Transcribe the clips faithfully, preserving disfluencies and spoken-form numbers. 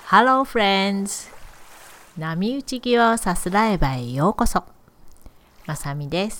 Hello friends! 波打ち際をさすらえばへようこそ。まさみです。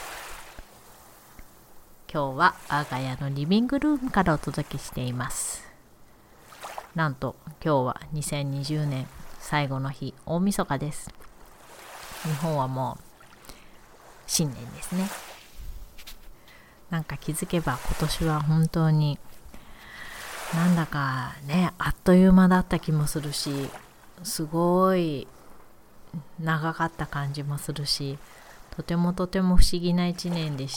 今日は我が家のリビングルームからお届けしています。なんと今日はにせんにじゅうねん最後の日、大晦日です。日本はもう新年ですね。なんか気づけば今年は本当になんだかね、あっという間だった気もするし、すごい長かった感じもするし、とてもとても不思議な一年でした。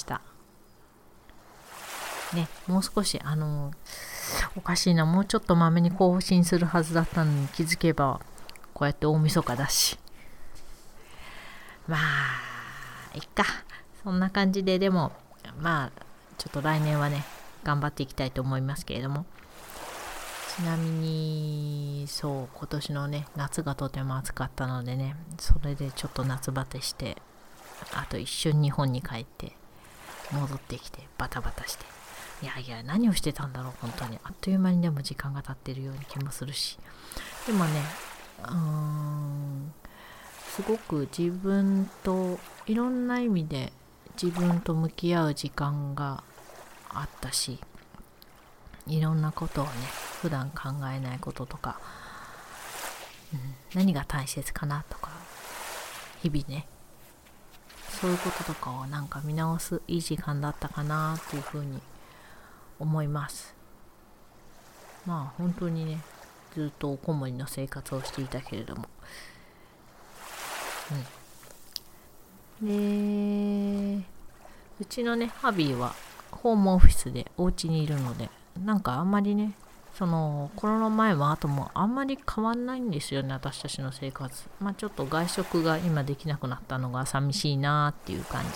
ね、もう少しあのおかしいな、もうちょっとまめに更新するはずだったのに気づけばこうやって大晦日だし、まあいっか、そんな感じで、でもまあちょっと来年はね頑張っていきたいと思いますけれども、ちなみにそう今年のね夏がとても暑かったのでね、それでちょっと夏バテして、あと一瞬日本に帰って戻ってきてバタバタして、いやいや何をしてたんだろう、本当にあっという間にでも時間が経ってるような気もするし、でもねうーんすごく自分といろんな意味で自分と向き合う時間があったし、いろんなことをね普段考えないこととか、うん、何が大切かなとか、日々ねそういうこととかをなんか見直すいい時間だったかなというふうに思います。まあ本当にねずっとおこもりの生活をしていたけれども、うん、でうちのねハビーはホームオフィスでお家にいるので、なんかあんまりねそのコロナ前も後もあんまり変わんないんですよね、私たちの生活。まあちょっと外食が今できなくなったのが寂しいなっていう感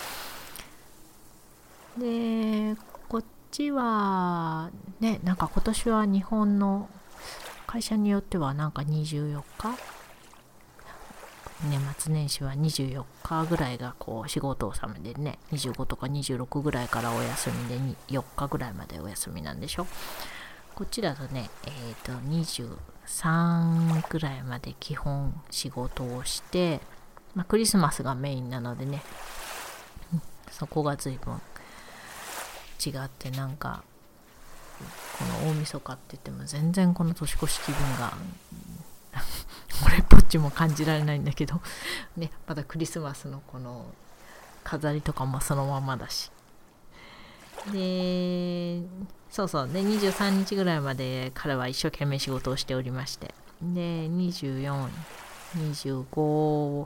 じで、でこっちはね、なんか今年は日本の会社によってはなんかにじゅうよっか、年末年始はにじゅうよっかぐらいがこう仕事納めでね、にじゅうごとかにじゅうろくぐらいからお休みでよっかぐらいまでお休みなんでしょ。こっちだとね、えっとにじゅうさんぐらいまで基本仕事をして、まあ、クリスマスがメインなのでね、そこが随分違って、なんかこの大晦日って言っても全然この年越し気分がこれっぽっちも感じられないんだけどね、まだクリスマスのこの飾りとかもそのままだし、でそうそうでにじゅうさんにちぐらいまで彼は一生懸命仕事をしておりまして、でにじゅうよん、にじゅうご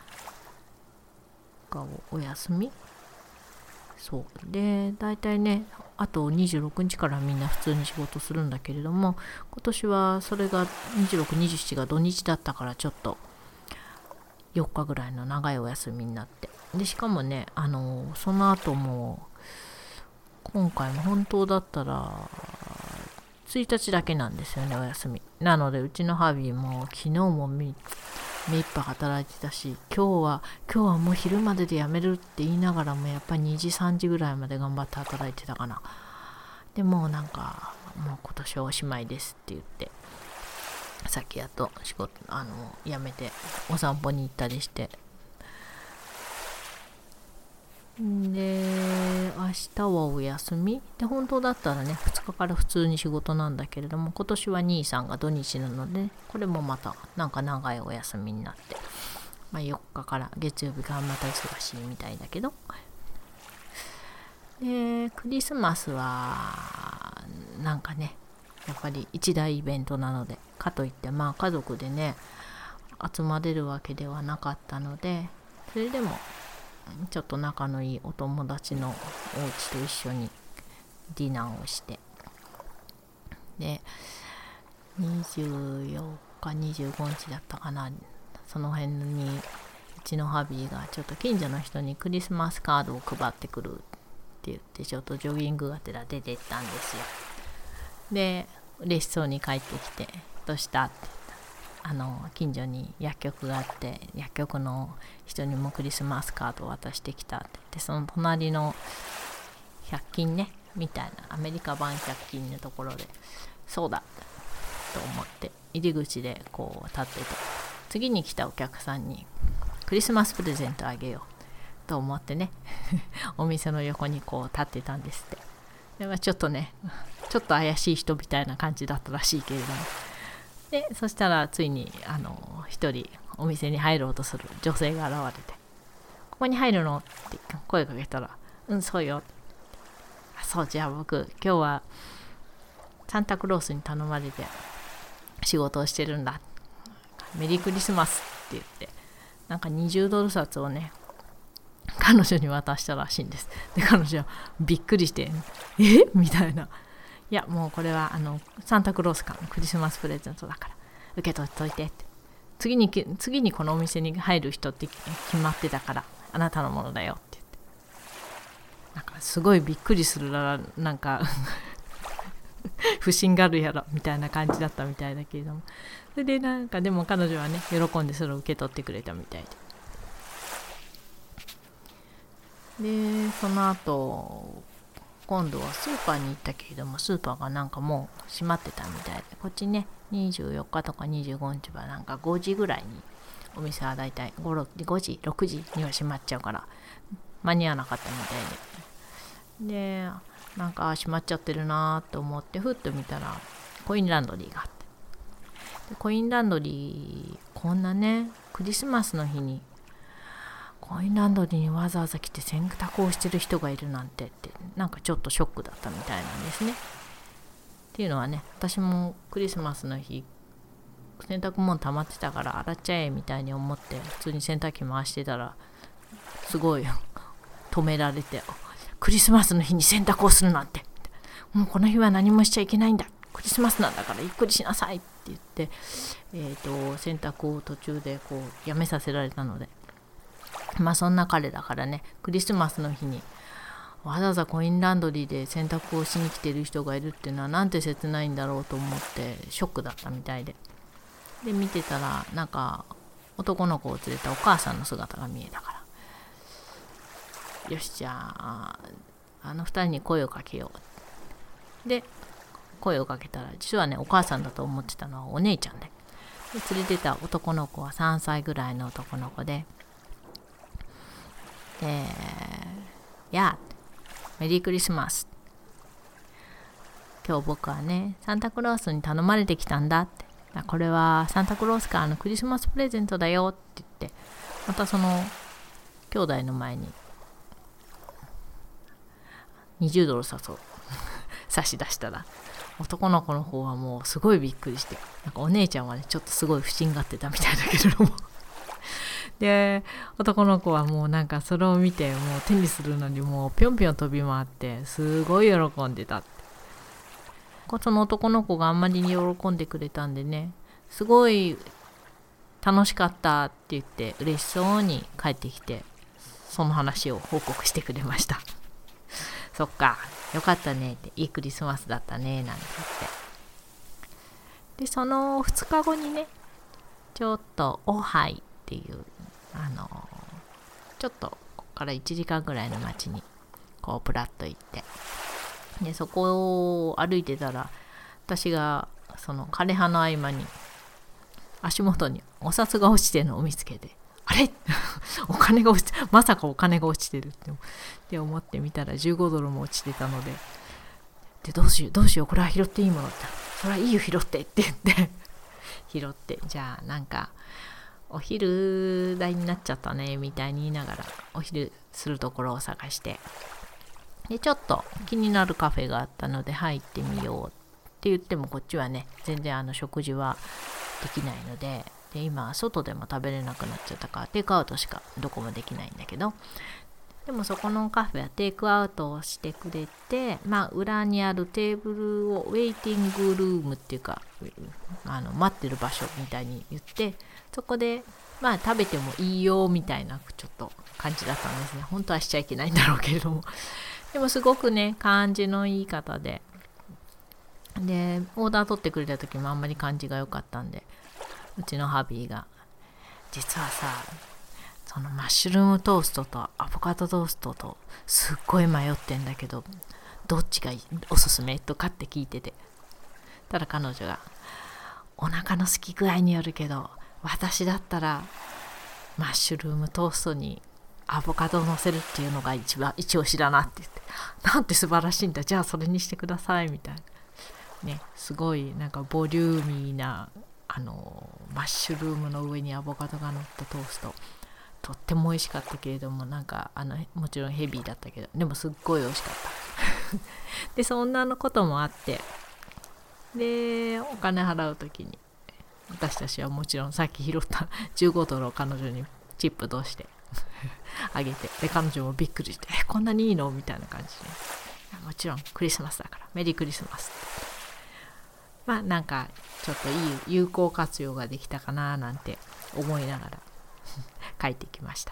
がお休み、そうでだいたいねあとにじゅうろくにちからみんな普通に仕事するんだけれども、今年はそれがにじゅうろく、にじゅうしちが土日だったからちょっとよっかぐらいの長いお休みになって、でしかもねあのその後も今回も本当だったらついたちだけなんですよねお休みなので、うちのハビーも昨日も目いっぱい働いてたし、今日は今日はもう昼までで辞めるって言いながらもやっぱりにじさんじぐらいまで頑張って働いてたかな。でもうなんかもう今年はおしまいですって言って、さっきやっと仕事あの辞めてお散歩に行ったりして、で明日はお休みで、本当だったらねふつかから普通に仕事なんだけれども、今年はに、さんが土日なので、これもまたなんか長いお休みになって、まあ、よっかから月曜日がまた忙しいみたいだけど、でクリスマスはなんかねやっぱり一大イベントなので、かといってまあ家族でね集まれるわけではなかったので、それでもちょっと仲のいいお友達のお家と一緒にディナーをして、でにじゅうよっかにじゅうごにちだったかな、その辺にうちのハビーがちょっと近所の人にクリスマスカードを配ってくるって言って、ちょっとジョギングがてら出てったんですよ。で嬉しそうに帰ってきて、どうしたって言った、あの近所に薬局があって、薬局の人にもクリスマスカードを渡してきたって言って、その隣のひゃく均ねみたいなアメリカ版ひゃく均のところで、そうだと思って入り口でこう立ってて、次に来たお客さんにクリスマスプレゼントあげようと思ってねお店の横にこう立ってたんですって。で、まあ、ちょっとねちょっと怪しい人みたいな感じだったらしいけれども、でそしたらついにあの一人お店に入ろうとする女性が現れて、ここに入るのって声かけたら、うんそうよ、あそう、じゃあ僕今日はサンタクロースに頼まれて仕事をしてるんだ、メリークリスマスって言って、なんかにじゅうドル札をね彼女に渡したらしいんです。で彼女はびっくりして、えみたいな、いやもうこれはあのサンタクロースからのクリスマスプレゼントだから受け取っといてって、次に次にこのお店に入る人って決まってたからあなたのものだよって言って、なんかすごいびっくりするら、なんか不審がるやろみたいな感じだったみたいだけれども、それでなんかでも彼女はね喜んでそれを受け取ってくれたみたいで、でその後今度はスーパーに行ったけれども、スーパーがなんかもう閉まってたみたいで、こっちねにじゅうよっかとかにじゅうごにちはなんかごじぐらいにお店はだいたいごじろくじには閉まっちゃうから間に合わなかったみたいで、でなんか閉まっちゃってるなと思ってふっと見たらコインランドリーがあって、でコインランドリーこんなねクリスマスの日にコインランドリーにわざわざ来て洗濯をしてる人がいるなんてって、なんかちょっとショックだったみたいなんですね。っていうのはね、私もクリスマスの日洗濯物溜まってたから洗っちゃえみたいに思って普通に洗濯機回してたら、すごい止められて、クリスマスの日に洗濯をするなんて、もうこの日は何もしちゃいけないんだ、クリスマスなんだからゆっくりしなさいって言って、えーと、洗濯を途中でこうやめさせられたので、まあそんな彼だからね、クリスマスの日にわざわざコインランドリーで洗濯をしに来てる人がいるっていうのはなんて切ないんだろうと思ってショックだったみたいで、で見てたらなんか男の子を連れたお母さんの姿が見えたから、よしじゃああの二人に声をかけようで声をかけたら、実はねお母さんだと思ってたのはお姉ちゃんで、で連れてた男の子はさんさいぐらいの男の子で、でいやメリークリスマス、今日僕はねサンタクロースに頼まれてきたんだって、これはサンタクロースからのクリスマスプレゼントだよって言って、またその兄弟の前ににじゅうドル札を差し出したら、男の子の方はもうすごいびっくりして、なんかお姉ちゃんはねちょっとすごい不審がってたみたいだけれどもで男の子はもうなんかそれを見てもう手にするのにもうぴょんぴょん飛び回ってすごい喜んでたって、その男の子があんまりに喜んでくれたんでね、すごい楽しかったって言って嬉しそうに帰ってきて、その話を報告してくれましたそっかよかったねって、いいクリスマスだったねなんて言って、でそのふつかごにねちょっとオハイっていうあのちょっとここからいちじかんぐらいの街にこうプラッと行って、でそこを歩いてたら私がその枯葉の合間に足元にお札が落ちてるのを見つけて、あれお金が落ちて、まさかお金が落ちてるってって思ってみたらじゅうごドルも落ちてたので、でどうしようどうしようこれは拾っていいものって、それはいいよ拾ってって言って拾って、じゃあなんかお昼代になっちゃったねみたいに言いながらお昼するところを探して、でちょっと気になるカフェがあったので入ってみようって言っても、こっちはね全然あの食事はできないので、で今外でも食べれなくなっちゃったからテイクアウトしかどこもできないんだけど、でもそこのカフェはテイクアウトをしてくれて、まあ裏にあるテーブルをウェイティングルームっていうかあの待ってる場所みたいに言って、そこでまあ食べてもいいよみたいなちょっと感じだったんですね。本当はしちゃいけないんだろうけれども、でもすごくね感じのいい方で、でオーダー取ってくれた時もあんまり感じが良かったんで、うちのハビーが実はさそのマッシュルームトーストとアボカドトーストとすっごい迷ってんだけどどっちがおすすめとかって聞いてて、ただ彼女がお腹の空き具合によるけど、私だったらマッシュルームトーストにアボカドを乗せるっていうのが一番一押しだなって言って、なんて素晴らしいんだ、じゃあそれにしてくださいみたいなね、すごいなんかボリューミーなあのマッシュルームの上にアボカドが乗ったトースト、とっても美味しかったけれども、なんかあのもちろんヘビーだったけど、でもすっごい美味しかったでそんなのこともあって、でお金払うときに私たちはもちろんさっき拾ったじゅうごドルを彼女にチップとしてあげて、で彼女もびっくりして、えこんなにいいのみたいな感じで、もちろんクリスマスだからメリークリスマスって、まあなんかちょっといい有効活用ができたかななんて思いながら帰ってきました。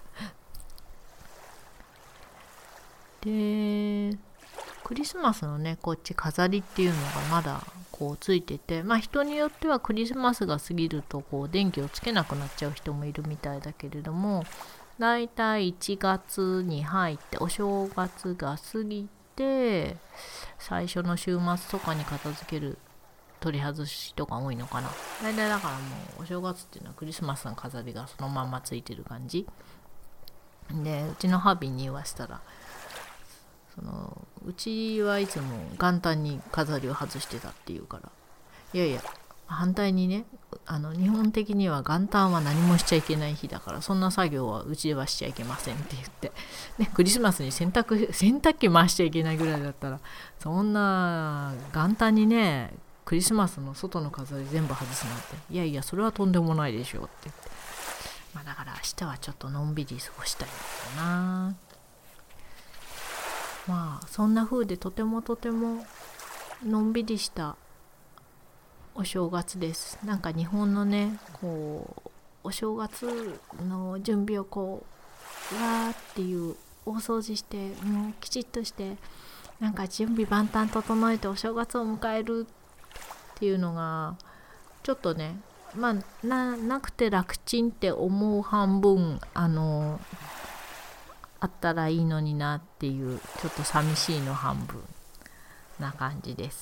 でクリスマスのねこっち飾りっていうのがまだこうついてて、まあ人によってはクリスマスが過ぎるとこう電気をつけなくなっちゃう人もいるみたいだけれども、だいたいいちがつに入ってお正月が過ぎて最初の週末とかに片付ける取り外しとか多いのかな。大体だからもうお正月っていうのはクリスマスの飾りがそのまんまついてる感じで、うちのハービーに言わせたら、そのうちはいつも元旦に飾りを外してたっていうから、いやいや反対にね、あの日本的には元旦は何もしちゃいけない日だから、そんな作業はうちではしちゃいけませんって言って、ね、クリスマスに洗濯洗濯機回しちゃいけないぐらいだったら、そんな元旦にねクリスマスの外の飾り全部外すなんて、いやいやそれはとんでもないでしょうって言って、まあ、だから明日はちょっとのんびり過ごしたいんだよな。まあそんな風でとてもとてものんびりしたお正月です。なんか日本のねこうお正月の準備をこうわーっていう大掃除して、もうきちっとしてなんか準備万端整えてお正月を迎えるっていうのがちょっとね、まあ な, なくて楽ちんって思う半分、あのあったらいいのになっていうちょっと寂しいの半分な感じです。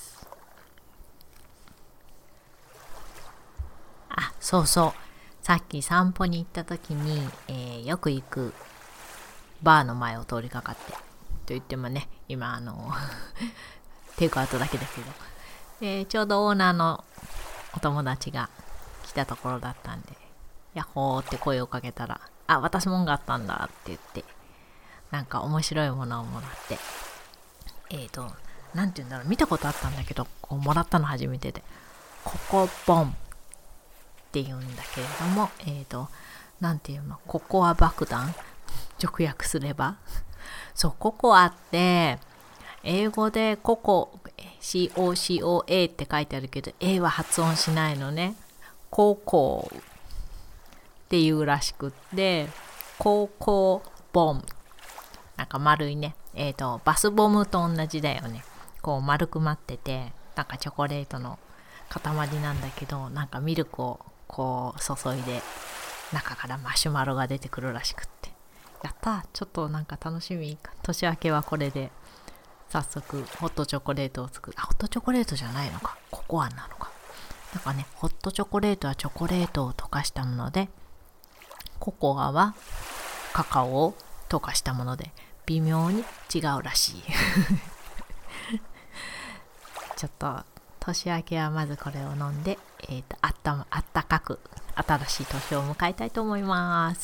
あ、そうそう、さっき散歩に行った時に、えー、よく行くバーの前を通りかかって、と言ってもね今あのテイクアウトだけだけど、でちょうどオーナーのお友達が来たところだったんで、ヤッホーって声をかけたら、あ、渡すもんがあったんだって言って、なんか面白いものをもらって、えっとなんて言うんだろう、見たことあったんだけどこうもらったの初めてで、ココボンって言うんだけれども、えっとなんていうの、ココア爆弾直訳すればそう、ココアって英語でココ シーオーシーオーエー って書いてあるけど A は発音しないのね。ココっていうらしくって、ココボン、なんか丸いね、えっとバスボムと同じだよね。こう丸くまってて、なんかチョコレートの塊なんだけど、なんかミルクをこう注いで中からマシュマロが出てくるらしくって、やったー、ちょっとなんか楽しみ。年明けはこれで早速ホットチョコレートを作る。あ、ホットチョコレートじゃないのか、ココアなのか。だからね、ホットチョコレートはチョコレートを溶かしたもので、ココアはカカオを溶かしたもので微妙に違うらしいちょっと年明けはまずこれを飲んで、えーと、あったま、あったかく新しい年を迎えたいと思います。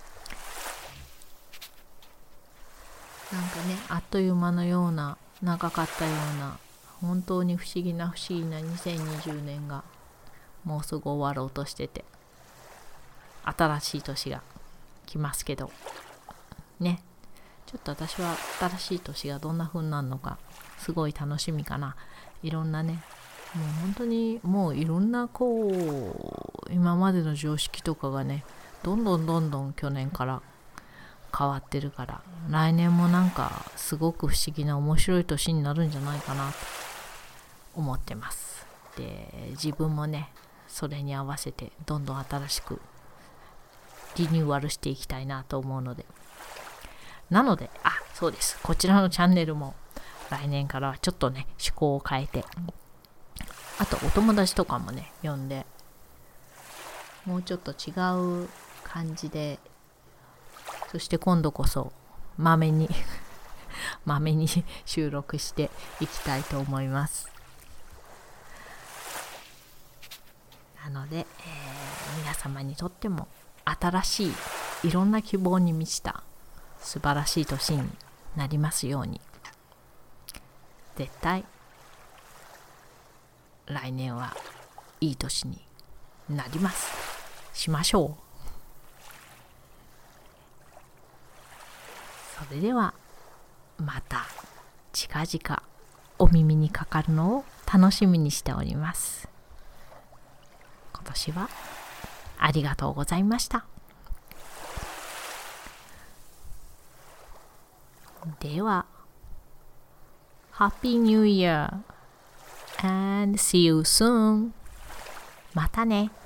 なんかね、あっという間のような、長かったような、本当に不思議な不思議なにせんにじゅうねんがもうすぐ終わろうとしてて、新しい年が来ますけどね、ちょっと私は新しい年がどんな風になるのかすごい楽しみかな。いろんなね、もう本当にもういろんなこう今までの常識とかがね、どんどんどんどん去年から変わってるから、来年もなんかすごく不思議な面白い年になるんじゃないかなと思ってます。で、自分もねそれに合わせてどんどん新しくリニューアルしていきたいなと思うので、なので、あ、そうです、こちらのチャンネルも来年からはちょっとね趣向を変えて、あとお友達とかもね呼んで、 もうちょっと違う感じで、そして今度こそまめにまめに収録していきたいと思います。なので、えー、皆様にとっても新しいいろんな希望に満ちた素晴らしい年になりますように、絶対来年はいい年になりますしましょう。それではまた近々お耳にかかるのを楽しみにしております。今年はありがとうございました。では Happy New Year and see you soon. またね。